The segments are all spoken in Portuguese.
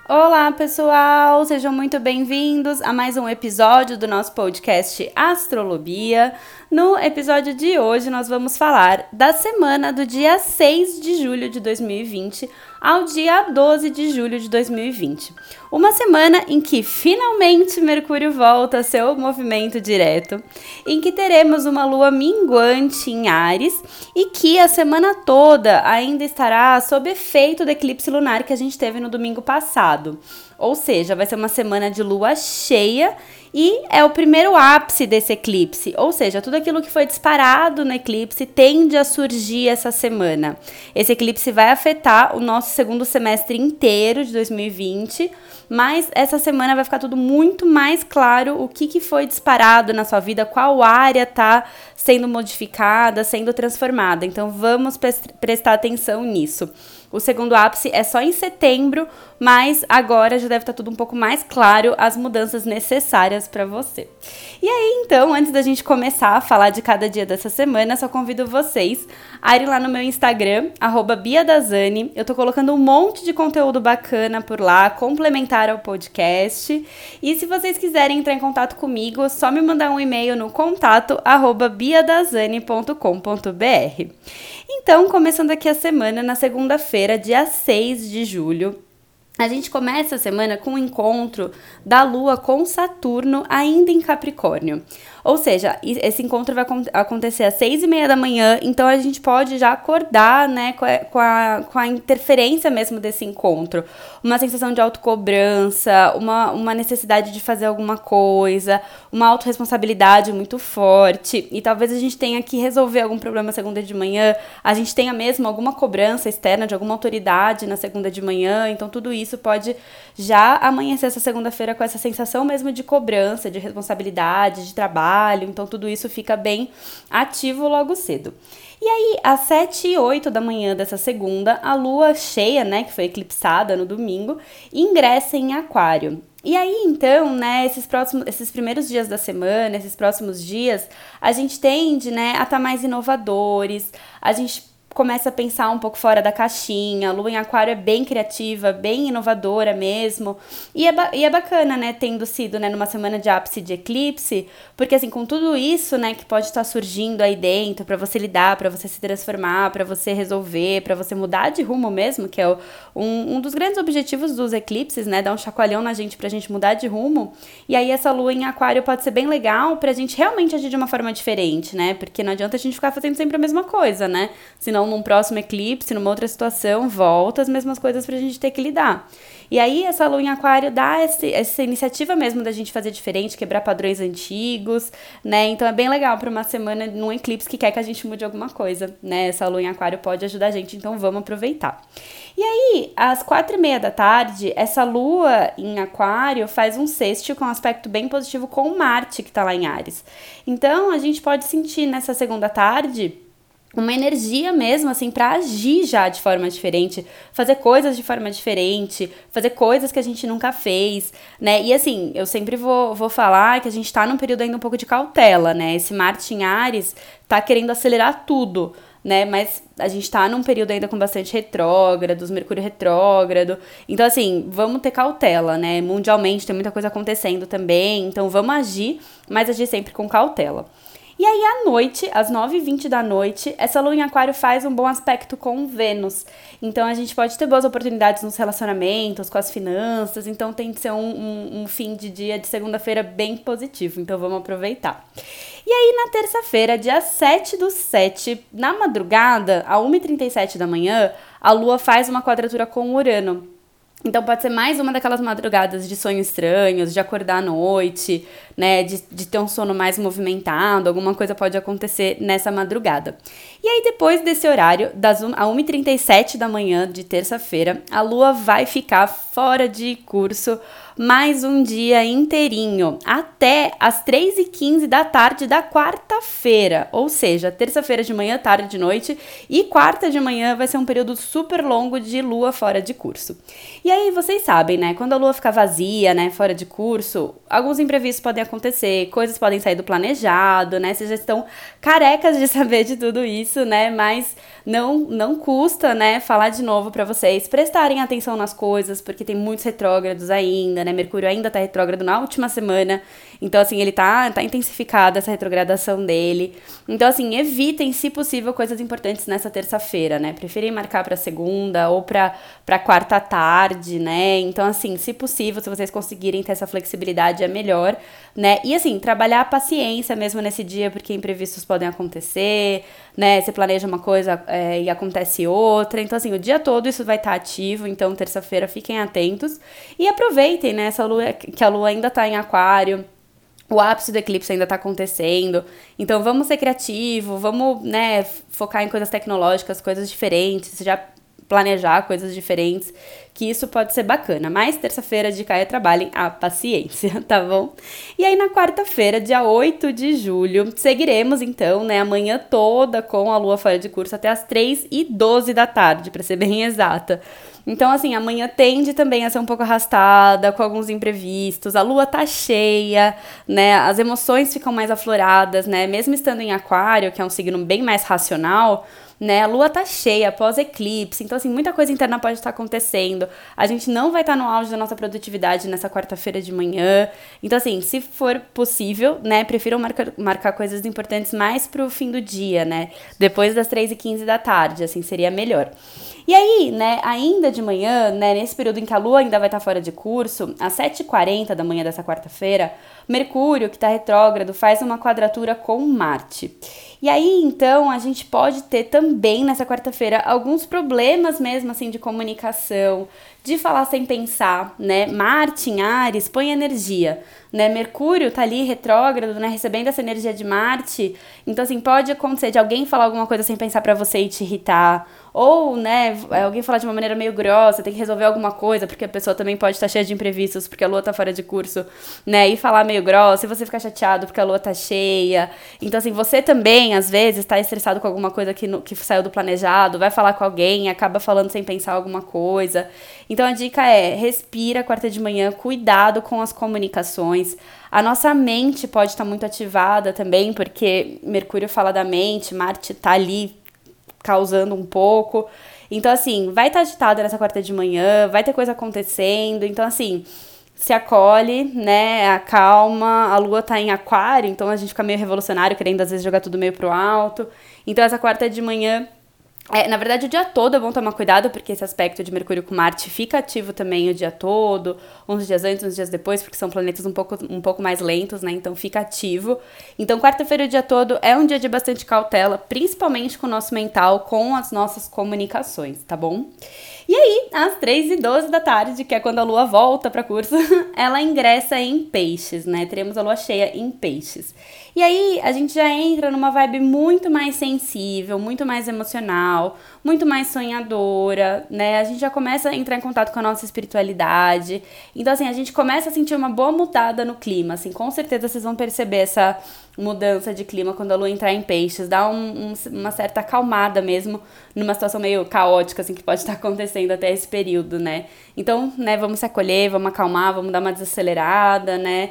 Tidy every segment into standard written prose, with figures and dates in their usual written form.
Olá, pessoal! Sejam muito bem-vindos a mais um episódio do nosso podcast Astrolobia. No episódio de hoje, nós vamos falar da semana do dia 6 de julho de 2020 ao dia 12 de julho de 2020. Uma semana em que finalmente Mercúrio volta a seu movimento direto, em que teremos uma lua minguante em Áries e que a semana toda ainda estará sob efeito do eclipse lunar que a gente teve no domingo passado. Ou seja, vai ser uma semana de lua cheia e é o primeiro ápice desse eclipse, ou seja, tudo aquilo que foi disparado no eclipse tende a surgir essa semana. Esse eclipse vai afetar o nosso segundo semestre inteiro de 2020, mas essa semana vai ficar tudo muito mais claro o que foi disparado na sua vida, qual área está sendo modificada, sendo transformada. Então vamos prestar atenção nisso. O segundo ápice é só em setembro, mas agora já deve estar tudo um pouco mais claro, as mudanças necessárias para você. E aí, então, antes da gente começar a falar de cada dia dessa semana, só convido vocês a irem lá no meu Instagram, @biadazani. Eu tô colocando um monte de conteúdo bacana por lá, complementar ao podcast. E se vocês quiserem entrar em contato comigo, é só me mandar um e-mail no contato@biadazani.com.br. Então, começando aqui a semana, na segunda-feira, dia 6 de julho, a gente começa a semana com o encontro da Lua com Saturno ainda em Capricórnio. Ou seja, esse encontro vai acontecer às 6h30 da manhã, então a gente pode já acordar, né, com a interferência mesmo desse encontro. Uma sensação de autocobrança, uma necessidade de fazer alguma coisa, uma autorresponsabilidade muito forte. E talvez a gente tenha que resolver algum problema segunda de manhã, a gente tenha mesmo alguma cobrança externa de alguma autoridade na segunda de manhã, então tudo isso pode já amanhecer essa segunda-feira com essa sensação mesmo de cobrança, de responsabilidade, de trabalho. Então tudo isso fica bem ativo logo cedo. E aí, às 7h08 da manhã dessa segunda, a lua cheia, né, que foi eclipsada no domingo, ingressa em Aquário. E aí, então, né, esses primeiros dias da semana, esses próximos dias, a gente tende, né, a estar mais inovadores, a gente começa a pensar um pouco fora da caixinha. A lua em Aquário é bem criativa, bem inovadora mesmo, e é bacana, né, tendo sido, né, numa semana de ápice de eclipse, porque assim, com tudo isso, né, que pode estar surgindo aí dentro, pra você lidar, pra você se transformar, pra você resolver, pra você mudar de rumo mesmo, que é um dos grandes objetivos dos eclipses, né, dar um chacoalhão na gente pra gente mudar de rumo. E aí essa lua em Aquário pode ser bem legal pra gente realmente agir de uma forma diferente, né, porque não adianta a gente ficar fazendo sempre a mesma coisa, né, senão num próximo eclipse, numa outra situação, volta as mesmas coisas pra gente ter que lidar. E aí essa lua em Aquário dá essa iniciativa mesmo da gente fazer diferente, quebrar padrões antigos, né? Então é bem legal para uma semana num eclipse que quer que a gente mude alguma coisa, né? Essa lua em Aquário pode ajudar a gente, então vamos aproveitar. E aí, às 4h30 da tarde, essa lua em Aquário faz um sextil com um aspecto bem positivo com Marte, que tá lá em Áries. Então a gente pode sentir nessa segunda tarde uma energia mesmo, assim, pra agir já de forma diferente, fazer coisas de forma diferente, fazer coisas que a gente nunca fez, né? E assim, eu sempre vou falar que a gente tá num período ainda um pouco de cautela, né? Esse Marte em Áries tá querendo acelerar tudo, né? Mas a gente tá num período ainda com bastante retrógrados, Mercúrio retrógrado. Então, assim, vamos ter cautela, né? Mundialmente tem muita coisa acontecendo também, então vamos agir, mas agir sempre com cautela. E aí, à noite, às 9h20 da noite, essa lua em Aquário faz um bom aspecto com Vênus. Então, a gente pode ter boas oportunidades nos relacionamentos, com as finanças. Então, tem que ser um fim de dia de segunda-feira bem positivo. Então, vamos aproveitar. E aí, na terça-feira, dia 7/7, na madrugada, às 1h37 da manhã, a lua faz uma quadratura com Urano. Então pode ser mais uma daquelas madrugadas de sonhos estranhos, de acordar à noite, né, de ter um sono mais movimentado, alguma coisa pode acontecer nessa madrugada. E aí depois desse horário, às 1h37 da manhã de terça-feira, a lua vai ficar fora de curso mais um dia inteirinho, até às 3h15 da tarde da quarta-feira, ou seja, terça-feira de manhã, tarde de noite, e quarta de manhã vai ser um período super longo de lua fora de curso. E aí vocês sabem, né, quando a lua fica vazia, né, fora de curso, alguns imprevistos podem podem acontecer, coisas podem sair do planejado, né? Vocês já estão carecas de saber de tudo isso, né? Mas não custa, né, falar de novo pra vocês prestarem atenção nas coisas, porque tem muitos retrógrados ainda, né? Mercúrio ainda tá retrógrado na última semana, então, assim, ele tá intensificada essa retrogradação dele. Então, assim, evitem, se possível, coisas importantes nessa terça-feira, né? Preferem marcar pra segunda ou pra quarta tarde, né? Então, assim, se possível, se vocês conseguirem ter essa flexibilidade, é melhor, né? E, assim, trabalhar a paciência mesmo nesse dia, porque imprevistos podem acontecer, né? Você planeja uma coisa e acontece outra. Então, assim, o dia todo isso vai estar ativo. Então, terça-feira, fiquem atentos. E aproveitem, né? Essa lua, que a lua ainda tá em aquário. O ápice do eclipse ainda tá acontecendo. Então, vamos ser criativos, vamos, né, focar em coisas tecnológicas, coisas diferentes, já planejar coisas diferentes, que isso pode ser bacana. Mas terça-feira, de Caia, trabalhem a paciência, tá bom? E aí, na quarta-feira, dia 8 de julho, seguiremos, então, né, a manhã toda com a lua fora de curso até as 3h12 da tarde, pra ser bem exata. Então, assim, amanhã tende também a ser um pouco arrastada, com alguns imprevistos. A lua tá cheia, né? As emoções ficam mais afloradas, né? Mesmo estando em aquário, que é um signo bem mais racional, né? A lua tá cheia, pós-eclipse. Então, assim, muita coisa interna pode estar acontecendo. A gente não vai estar no auge da nossa produtividade nessa quarta-feira de manhã. Então, assim, se for possível, né? Prefiram marcar coisas importantes mais pro fim do dia, né? Depois das 3h15 da tarde, assim, seria melhor. E aí, né, ainda de manhã, né, nesse período em que a lua ainda vai estar fora de curso, às 7h40 da manhã dessa quarta-feira, Mercúrio, que está retrógrado, faz uma quadratura com Marte. E aí, então, a gente pode ter também nessa quarta-feira alguns problemas mesmo, assim, de comunicação, de falar sem pensar, né? Marte em Áries põe energia, né? Mercúrio tá ali retrógrado, né? Recebendo essa energia de Marte. Então, assim, pode acontecer de alguém falar alguma coisa sem pensar pra você e te irritar. Ou, né, alguém falar de uma maneira meio grossa, tem que resolver alguma coisa, porque a pessoa também pode estar cheia de imprevistos, porque a lua tá fora de curso, né? E falar meio grossa, e você ficar chateado porque a lua tá cheia. Então, assim, você também, às vezes, tá estressado com alguma coisa que saiu do planejado, vai falar com alguém, acaba falando sem pensar alguma coisa. Então, a dica é, respira quarta de manhã, cuidado com as comunicações. A nossa mente pode estar muito ativada também, porque Mercúrio fala da mente, Marte tá ali causando um pouco. Então, assim, vai estar agitada nessa quarta de manhã, vai ter coisa acontecendo. Então, assim, se acolhe, né, acalma. A lua tá em aquário, então a gente fica meio revolucionário, querendo às vezes jogar tudo meio pro alto. Então, essa quarta de manhã... na verdade, o dia todo é bom tomar cuidado, porque esse aspecto de Mercúrio com Marte fica ativo também o dia todo, uns dias antes, uns dias depois, porque são planetas um pouco mais lentos, né? Então fica ativo. Então, quarta-feira o dia todo é um dia de bastante cautela, principalmente com o nosso mental, com as nossas comunicações, tá bom? E aí, às 3h12 da tarde, que é quando a lua volta para curso, ela ingressa em Peixes, né? Teremos a lua cheia em Peixes. E aí, a gente já entra numa vibe muito mais sensível, muito mais emocional, muito mais sonhadora, né? A gente já começa a entrar em contato com a nossa espiritualidade. Então, assim, a gente começa a sentir uma boa mudada no clima, assim. Com certeza vocês vão perceber essa mudança de clima quando a lua entrar em Peixes. Dá uma certa acalmada mesmo, numa situação meio caótica, assim, que pode estar acontecendo até esse período, né? Então, né, vamos se acolher, vamos acalmar, vamos dar uma desacelerada, né?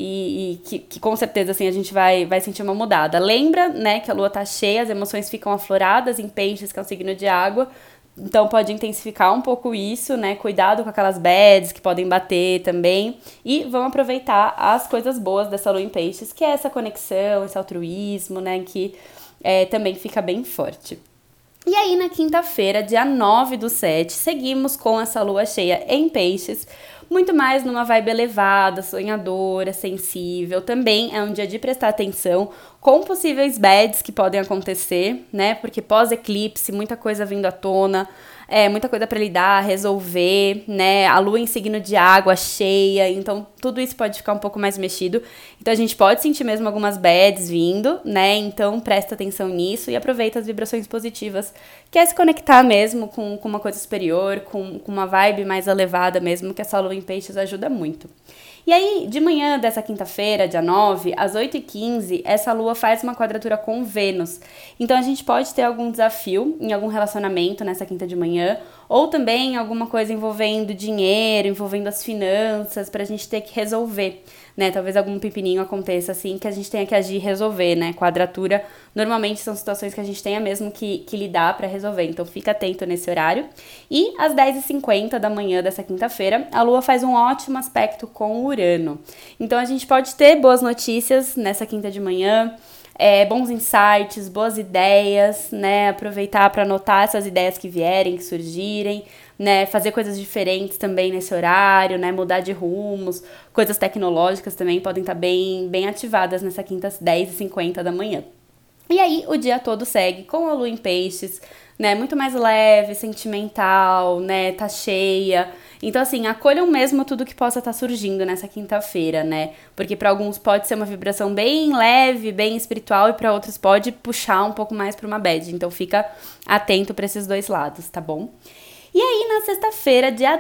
E que com certeza, assim, a gente vai sentir uma mudada. Lembra, né, que a lua tá cheia, as emoções ficam afloradas em Peixes, que é um signo de água. Então, pode intensificar um pouco isso, né? Cuidado com aquelas bads que podem bater também. E vamos aproveitar as coisas boas dessa lua em Peixes, que é essa conexão, esse altruísmo, né? Que também fica bem forte. E aí, na quinta-feira, dia 9/7, seguimos com essa lua cheia em Peixes, muito mais numa vibe elevada, sonhadora, sensível. Também é um dia de prestar atenção com possíveis bads que podem acontecer, né? Porque pós-eclipse, muita coisa vindo à tona, muita coisa para lidar, resolver, né? A lua em signo de água cheia, então tudo isso pode ficar um pouco mais mexido. Então a gente pode sentir mesmo algumas bads vindo, né? Então presta atenção nisso e aproveita as vibrações positivas, que é se conectar mesmo com uma coisa superior, com uma vibe mais elevada mesmo, que essa lua em Peixes ajuda muito. E aí, de manhã dessa quinta-feira, dia 9, às 8h15, essa lua faz uma quadratura com Vênus. Então a gente pode ter algum desafio em algum relacionamento nessa quinta de manhã, ou também alguma coisa envolvendo dinheiro, envolvendo as finanças, pra gente ter que resolver, né? Talvez algum pepininho aconteça assim que a gente tenha que agir e resolver, né? Quadratura, normalmente são situações que a gente tenha mesmo que lidar pra resolver, então fica atento nesse horário. E às 10h50 da manhã dessa quinta-feira, a Lua faz um ótimo aspecto com Urano. Então a gente pode ter boas notícias nessa quinta de manhã, bons insights, boas ideias, né? Aproveitar para anotar essas ideias que vierem, que surgirem, né? Fazer coisas diferentes também nesse horário, né? Mudar de rumos, coisas tecnológicas também podem estar bem ativadas nessa quinta às 10h50 da manhã. E aí o dia todo segue com a lua em peixes, né? Muito mais leve, sentimental, né? Tá cheia. Então, assim, acolham mesmo tudo que possa estar surgindo nessa quinta-feira, né? Porque para alguns pode ser uma vibração bem leve, bem espiritual, e para outros pode puxar um pouco mais para uma bad. Então, fica atento para esses dois lados, tá bom? E aí, na sexta-feira, dia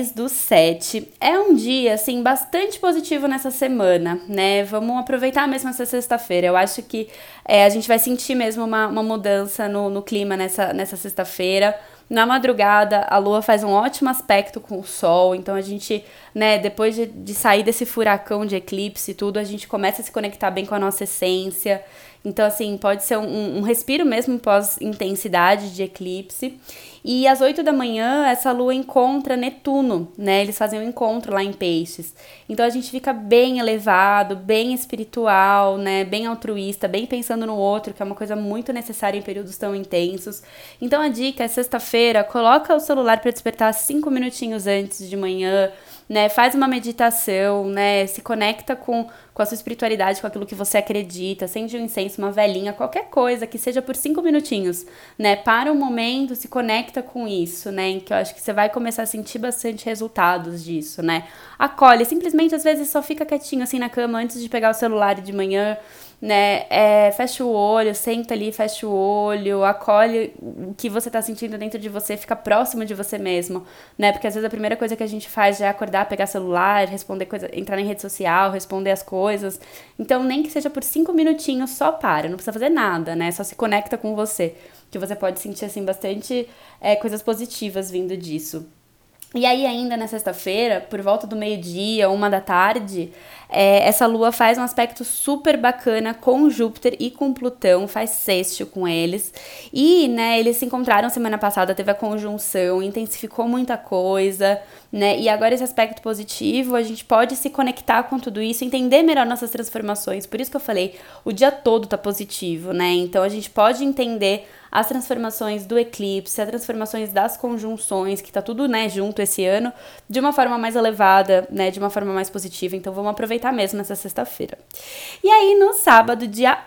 10/7, é um dia, assim, bastante positivo nessa semana, né? Vamos aproveitar mesmo essa sexta-feira. Eu acho que a gente vai sentir mesmo uma mudança no clima nessa sexta-feira. Na madrugada, a lua faz um ótimo aspecto com o sol, então a gente, né, depois de sair desse furacão de eclipse e tudo, a gente começa a se conectar bem com a nossa essência. Então, assim, pode ser um respiro mesmo pós-intensidade de eclipse. E às 8 da manhã, essa lua encontra Netuno, né? Eles fazem um encontro lá em Peixes. Então a gente fica bem elevado, bem espiritual, né? Bem altruísta, bem pensando no outro, que é uma coisa muito necessária em períodos tão intensos. Então a dica é sexta-feira, coloca o celular para despertar 5 minutinhos antes de manhã, né? Faz uma meditação, né? Se conecta com a sua espiritualidade, com aquilo que você acredita, acende um incenso, uma velinha, qualquer coisa que seja por 5 minutinhos, né? Para um momento, se conecta com isso, né? Em que eu acho que você vai começar a sentir bastante resultados disso, né? Acolhe, simplesmente às vezes só fica quietinho assim na cama antes de pegar o celular de manhã, né? Fecha o olho, senta ali, fecha o olho, acolhe o que você tá sentindo dentro de você, fica próximo de você mesmo, né? Porque às vezes a primeira coisa que a gente faz já é acordar, pegar celular, responder coisa, entrar em rede social, responder as coisas. Então, nem que seja por 5 minutinhos, só para, não precisa fazer nada, né? Só se conecta com você, que você pode sentir, assim, bastante coisas positivas vindo disso. E aí, ainda na sexta-feira, por volta do meio-dia, 1 da tarde, essa lua faz um aspecto super bacana com Júpiter e com Plutão, faz sextil com eles. E, né, eles se encontraram semana passada, teve a conjunção, intensificou muita coisa, né? E agora esse aspecto positivo, a gente pode se conectar com tudo isso, entender melhor nossas transformações. Por isso que eu falei, o dia todo tá positivo, né? Então a gente pode entender as transformações do eclipse, as transformações das conjunções, que tá tudo, né, junto esse ano, de uma forma mais elevada, né, de uma forma mais positiva. Então vamos aproveitar mesmo nessa sexta-feira. E aí no sábado, dia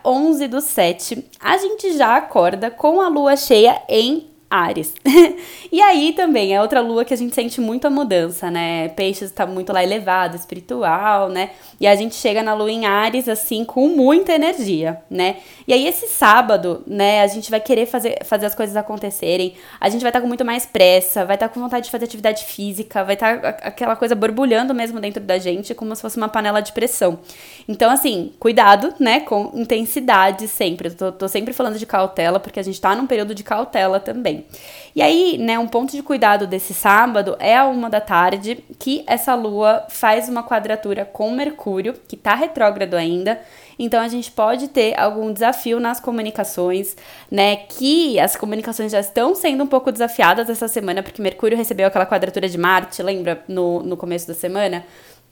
11/7, a gente já acorda com a lua cheia em Áries. E aí também é outra lua que a gente sente muito a mudança, né? Peixes tá muito lá elevado, espiritual, né? E a gente chega na lua em Áries, assim, com muita energia, né? E aí esse sábado, né, a gente vai querer fazer as coisas acontecerem, a gente vai estar com muito mais pressa, vai estar com vontade de fazer atividade física, vai estar aquela coisa borbulhando mesmo dentro da gente, como se fosse uma panela de pressão. Então, assim, cuidado, né, com intensidade sempre. Eu tô sempre falando de cautela, porque a gente tá num período de cautela também. E aí, né, um ponto de cuidado desse sábado é a 1 da tarde, que essa lua faz uma quadratura com Mercúrio, que tá retrógrado ainda. Então, a gente pode ter algum desafio nas comunicações, né, que as comunicações já estão sendo um pouco desafiadas essa semana, porque Mercúrio recebeu aquela quadratura de Marte, lembra, no começo da semana?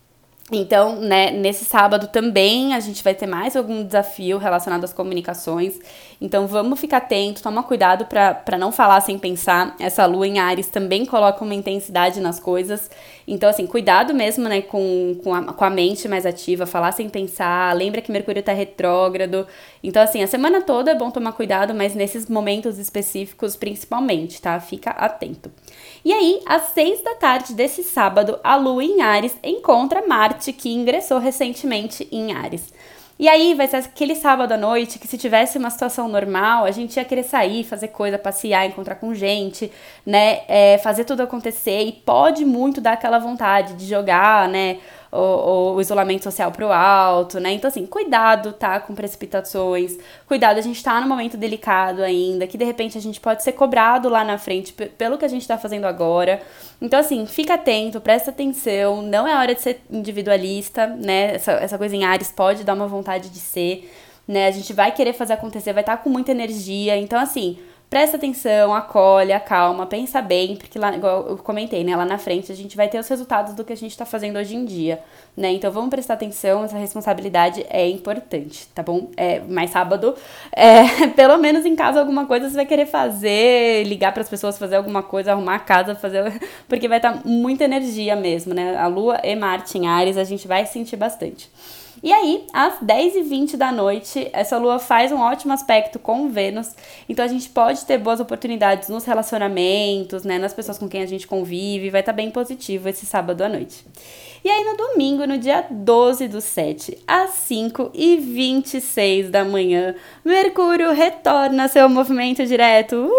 Então, né, nesse sábado também a gente vai ter mais algum desafio relacionado às comunicações. Então, vamos ficar atento, toma cuidado para não falar sem pensar. Essa lua em Áries também coloca uma intensidade nas coisas. Então, assim, cuidado mesmo, né, com a mente mais ativa, falar sem pensar. Lembra que Mercúrio tá retrógrado. Então, assim, a semana toda é bom tomar cuidado, mas nesses momentos específicos principalmente, tá? Fica atento. E aí, às 6 da tarde desse sábado, a lua em Áries encontra Marte, que ingressou recentemente em Áries. E aí vai ser aquele sábado à noite que, se tivesse uma situação normal, a gente ia querer sair, fazer coisa, passear, encontrar com gente, né, fazer tudo acontecer, e pode muito dar aquela vontade de jogar, né, o isolamento social pro alto, né? Então, assim, cuidado, tá? Com precipitações, cuidado, a gente tá num momento delicado ainda, que de repente a gente pode ser cobrado lá na frente pelo que a gente tá fazendo agora. Então, assim, fica atento, presta atenção, não é hora de ser individualista, né? Essa coisa em Áries pode dar uma vontade de ser, né? A gente vai querer fazer acontecer, vai estar com muita energia, então, assim, presta atenção, acolhe, acalma, pensa bem, porque lá, igual eu comentei, né, lá na frente a gente vai ter os resultados do que a gente tá fazendo hoje em dia, né, então vamos prestar atenção, essa responsabilidade é importante, tá bom? Mais sábado, pelo menos em casa alguma coisa você vai querer fazer, ligar pras pessoas, fazer alguma coisa, arrumar a casa, fazer, porque vai estar muita energia mesmo, né, a Lua e Marte em Áries, a gente vai sentir bastante. E aí, às 10h20 da noite, essa lua faz um ótimo aspecto com Vênus, então a gente pode ter boas oportunidades nos relacionamentos, né, nas pessoas com quem a gente convive, vai estar bem positivo esse sábado à noite. E aí no domingo, no dia 12/7, às 5h26 da manhã, Mercúrio retorna seu movimento direto.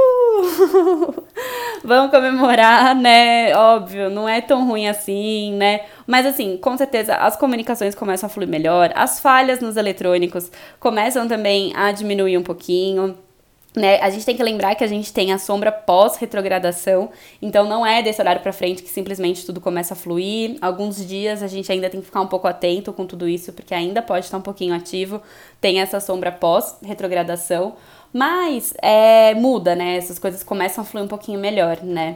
Vamos comemorar, né? Óbvio, não é tão ruim assim, né? Mas assim, com certeza as comunicações começam a fluir melhor, as falhas nos eletrônicos começam também a diminuir um pouquinho. Né? A gente tem que lembrar que a gente tem a sombra pós-retrogradação, então não é desse horário pra frente que simplesmente tudo começa a fluir. Alguns dias a gente ainda tem que ficar um pouco atento com tudo isso, porque ainda pode estar um pouquinho ativo, tem essa sombra pós-retrogradação, mas muda, né? Essas coisas começam a fluir um pouquinho melhor, né?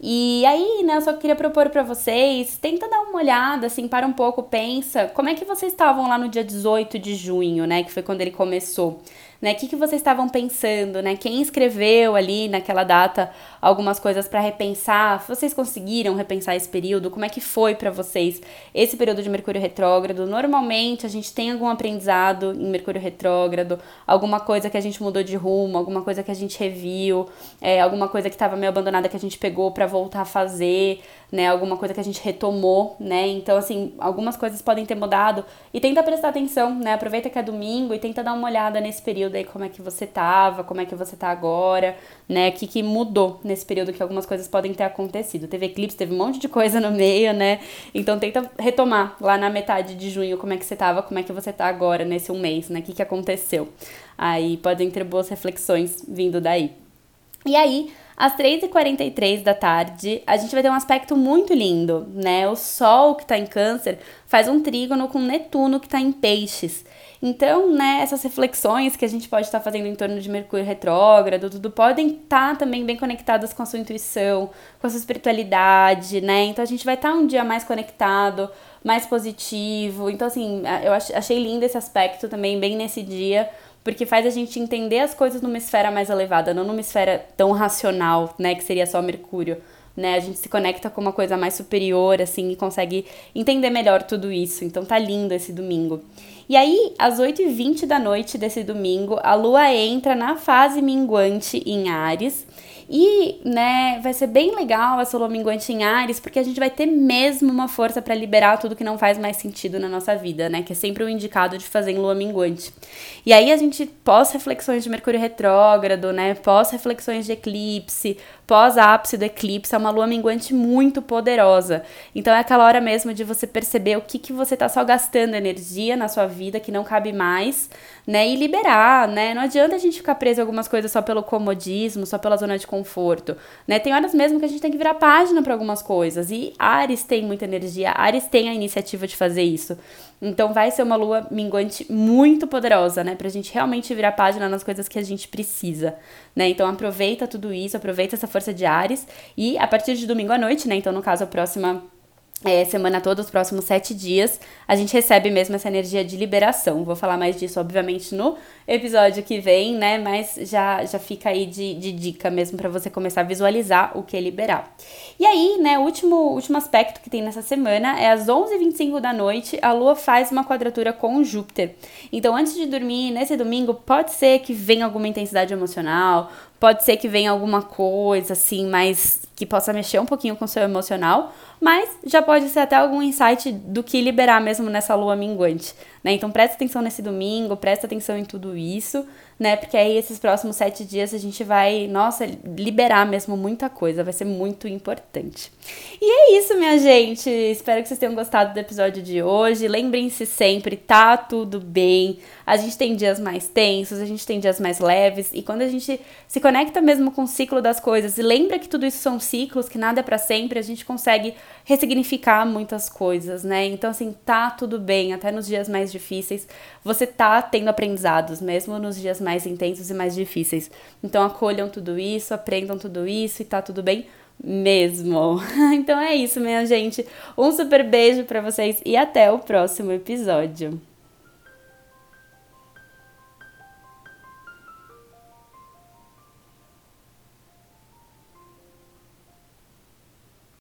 E aí, né, eu só queria propor pra vocês, tenta dar uma olhada, assim, para um pouco, pensa, como é que vocês estavam lá no dia 18 de junho, né, que foi quando ele começou, né, o que vocês estavam pensando, né, quem escreveu ali naquela data algumas coisas pra repensar, vocês conseguiram repensar esse período, como é que foi pra vocês esse período de Mercúrio retrógrado? Normalmente a gente tem algum aprendizado em Mercúrio retrógrado, alguma coisa que a gente mudou de rumo, alguma coisa que a gente reviu, alguma coisa que estava meio abandonada que a gente pegou pra voltar a fazer, né, alguma coisa que a gente retomou, né, então assim, algumas coisas podem ter mudado e tenta prestar atenção, né, aproveita que é domingo e tenta dar uma olhada nesse período aí, como é que você tava, como é que você tá agora, né, o que mudou nesse período, que algumas coisas podem ter acontecido, teve eclipse, teve um monte de coisa no meio, né, então tenta retomar lá na metade de junho como é que você tava, como é que você tá agora nesse um mês, né, o que aconteceu, aí podem ter boas reflexões vindo daí. E aí, às 3h43 da tarde, a gente vai ter um aspecto muito lindo, né? O Sol, que tá em Câncer, faz um trígono com Netuno, que tá em Peixes. Então, né, essas reflexões que a gente pode estar fazendo em torno de Mercúrio retrógrado, tudo podem estar também bem conectadas com a sua intuição, com a sua espiritualidade, né? Então, a gente vai estar um dia mais conectado, mais positivo. Então, assim, eu achei lindo esse aspecto também, bem nesse dia, porque faz a gente entender as coisas numa esfera mais elevada, não numa esfera tão racional, né, que seria só Mercúrio, né, a gente se conecta com uma coisa mais superior, assim, e consegue entender melhor tudo isso, então tá lindo esse domingo. E aí, às 8h20 da noite desse domingo, a Lua entra na fase minguante em Áries, e, né, vai ser bem legal essa lua minguante em Áries, porque a gente vai ter mesmo uma força para liberar tudo que não faz mais sentido na nossa vida, né, que é sempre o indicado de fazer em lua minguante. E aí a gente, pós-reflexões de Mercúrio retrógrado, né, pós-reflexões de eclipse, pós-ápice do eclipse, é uma lua minguante muito poderosa. Então é aquela hora mesmo de você perceber o que você tá só gastando energia na sua vida, que não cabe mais, né, e liberar, né, não adianta a gente ficar preso a algumas coisas só pelo comodismo, só pela zona de conforto, né, tem horas mesmo que a gente tem que virar página para algumas coisas, e Áries tem muita energia, Áries tem a iniciativa de fazer isso, então vai ser uma lua minguante muito poderosa, né, pra gente realmente virar página nas coisas que a gente precisa, né, então aproveita tudo isso, aproveita essa força de Áries, e a partir de domingo à noite, né, então no caso a próxima semana toda, os próximos 7 dias, a gente recebe mesmo essa energia de liberação. Vou falar mais disso, obviamente, no episódio que vem, né? Mas já fica aí de dica mesmo pra você começar a visualizar o que é liberar. E aí, né, o último aspecto que tem nessa semana é às 11h25 da noite, a Lua faz uma quadratura com Júpiter. Então, antes de dormir, nesse domingo, pode ser que venha alguma intensidade emocional, pode ser que venha alguma coisa, assim, mais que possa mexer um pouquinho com o seu emocional, mas já pode ser até algum insight do que liberar mesmo nessa lua minguante, né? Então presta atenção nesse domingo, presta atenção em tudo isso, né? Porque aí esses próximos 7 dias a gente vai, nossa, liberar mesmo muita coisa, vai ser muito importante. E é isso, minha gente. Espero que vocês tenham gostado do episódio de hoje. Lembrem-se sempre, tá tudo bem. A gente tem dias mais tensos, a gente tem dias mais leves. E quando a gente se conecta mesmo com o ciclo das coisas e lembra que tudo isso são ciclos, que nada é pra sempre, a gente consegue ressignificar muitas coisas, né? Então, assim, tá tudo bem. Até nos dias mais difíceis, você tá tendo aprendizados, mesmo nos dias mais intensos e mais difíceis. Então, acolham tudo isso, aprendam tudo isso e tá tudo bem mesmo. Então é isso, minha gente. Um super beijo pra vocês e até o próximo episódio.